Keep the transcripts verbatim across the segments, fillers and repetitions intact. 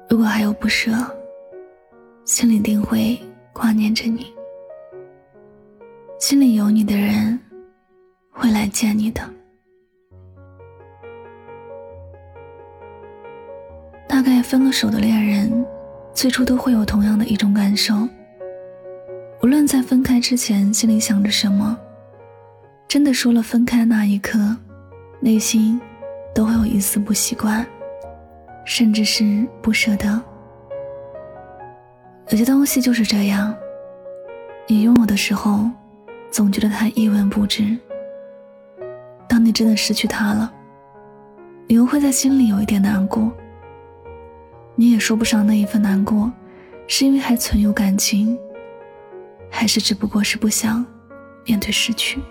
如果还有不舍，心里定会挂念着你。心里有你的人会来见你的。大概分了手的恋人最初都会有同样的一种感受，无论在分开之前心里想着什么，真的说了分开那一刻，内心都会有一丝不习惯，甚至是不舍得。有些东西就是这样，你拥有的时候总觉得它一文不值，当你真的失去它了，你又会在心里有一点难过。你也说不上那一份难过是因为还存有感情，还是只不过是不想面对失去。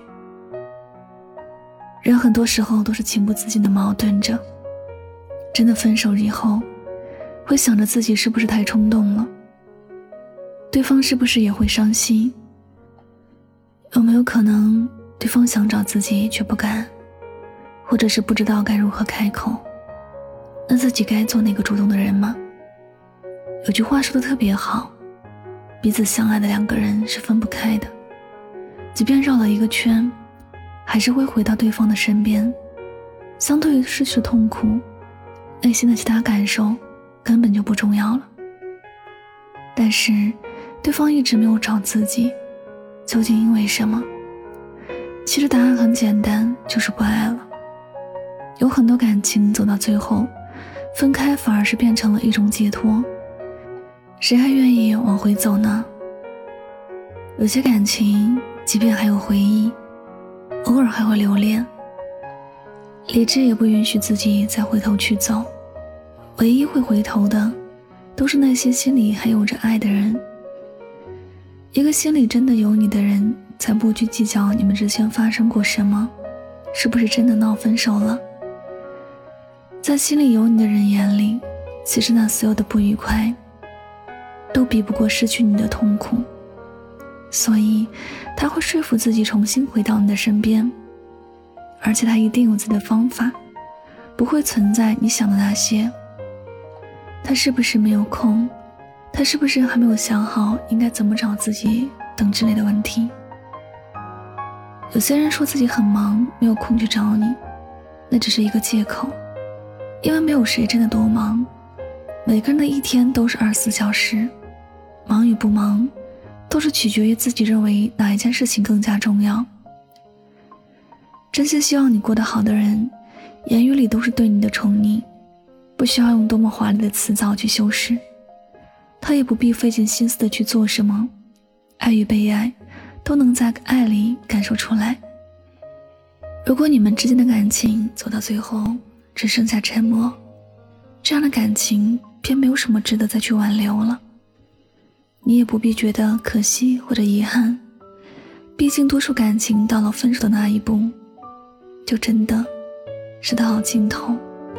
人很多时候都是情不自禁的矛盾着，真的分手以后会想着自己是不是太冲动了，对方是不是也会伤心，有没有可能对方想找自己却不敢，或者是不知道该如何开口，那自己该做那个主动的人吗？有句话说得特别好，彼此相爱的两个人是分不开的，即便绕了一个圈，还是会回到对方的身边。相对于失去的痛苦，内心的其他感受根本就不重要了。但是对方一直没有找自己，究竟因为什么？其实答案很简单，就是不爱了。有很多感情走到最后，分开反而是变成了一种解脱，谁还愿意往回走呢？有些感情即便还有回忆，偶尔还会留恋，理智也不允许自己再回头去走，唯一会回头的都是那些心里还有着爱的人。一个心里真的有你的人，才不去计较你们之前发生过什么，是不是真的闹分手了。在心里有你的人眼里，其实那所有的不愉快都比不过失去你的痛苦，所以他会说服自己重新回到你的身边，而且他一定有自己的方法，不会存在你想的那些。他是不是没有空？他是不是还没有想好应该怎么找自己等之类的问题？有些人说自己很忙，没有空去找你，那只是一个借口，因为没有谁真的多忙，每个人的一天都是二十四小时，忙与不忙都是取决于自己认为哪一件事情更加重要。真心希望你过得好的人，言语里都是对你的宠溺，不需要用多么华丽的辞藻去修饰，他也不必费尽心思的去做什么，爱与被爱都能在爱里感受出来。如果你们之间的感情走到最后只剩下沉默，这样的感情便没有什么值得再去挽留了。你也不必觉得可惜或者遗憾，毕竟多数感情到了分手的那一步，就真的是到了尽头。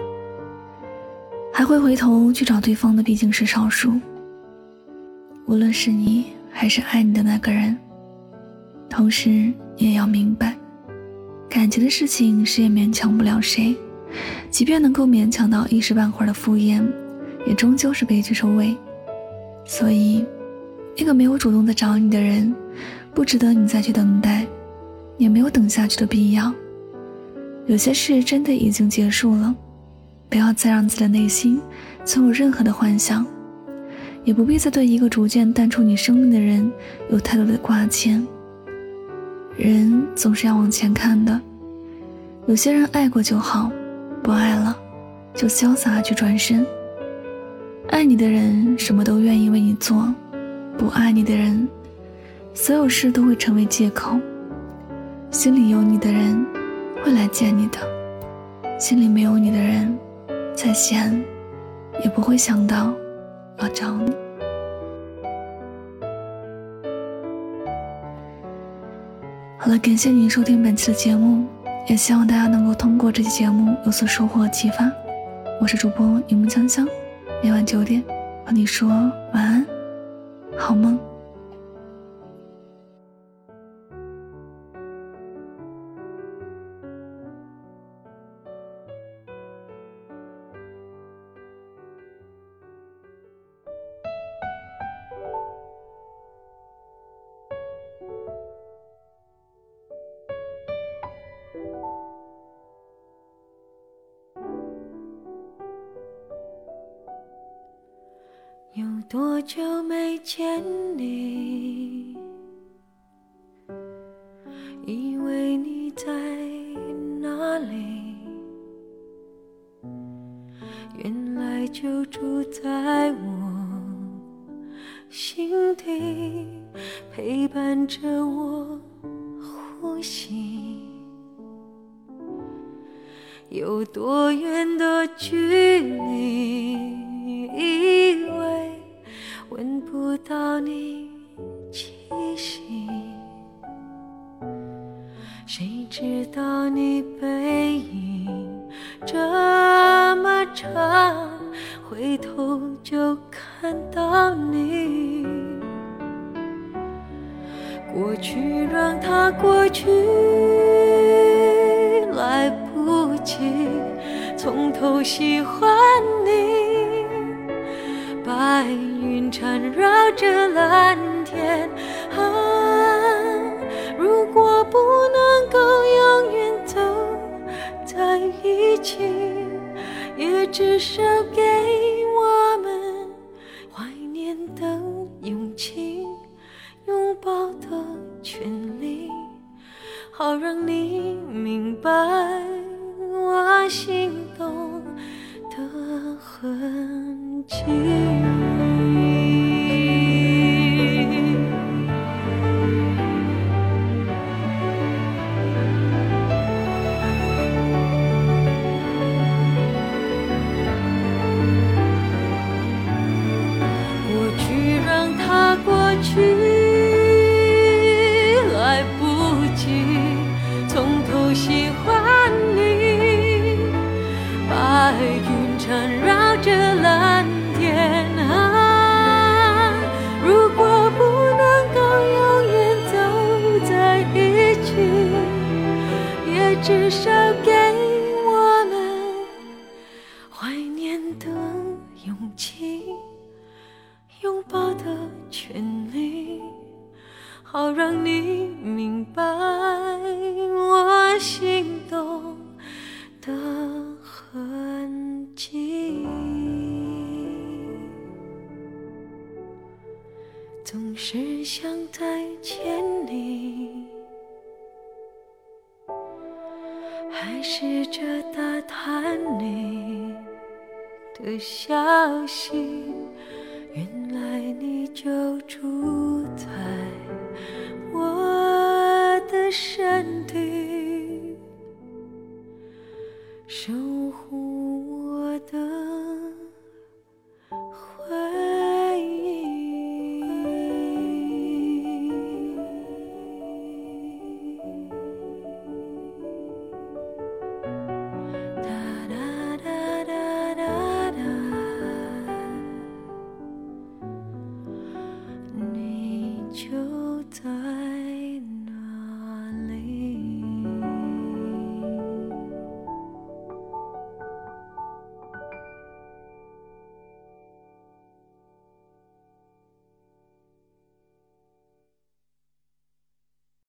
还会回头去找对方的毕竟是少数，无论是你还是爱你的那个人。同时你也要明白，感情的事情谁也勉强不了谁，即便能够勉强到一时半会儿的敷衍，也终究是悲剧收尾。所以那个没有主动的找你的人，不值得你再去等待，也没有等下去的必要。有些事真的已经结束了，不要再让自己的内心存有任何的幻想，也不必再对一个逐渐淡出你生命的人有太多的挂牵。人总是要往前看的，有些人爱过就好，不爱了就潇洒去转身。爱你的人什么都愿意为你做，不爱你的人所有事都会成为借口。心里有你的人会来见你的，心里没有你的人再闲也不会想到要找你。好了，感谢您收听本期的节目，也希望大家能够通过这期节目有所收获启发。我是主播柠檬香香，每晚九点和你说晚安，好梦。 多久没见你，以为你在哪里，原来就住在我心底，陪伴着我呼吸。有多远的距离，以为闻不到你气息，谁知道你背影这么长，回头就看到你。过去让它过去，来不及从头喜欢你。白云缠绕着蓝天，啊，如果不能够永远走在一起，也至少给我们怀念的勇气，拥抱的权利，好让你明白我心动的痕迹。过去让它过去，来不及从头喜欢你。白云缠绕着蓝天，啊，如果不能够永远走在一起，也至少给我们怀念的勇气，拥抱的权利，好让你明白我心动的痕迹。总是想再见你，还试着打探你的消息，原来你就住在我的身体，守护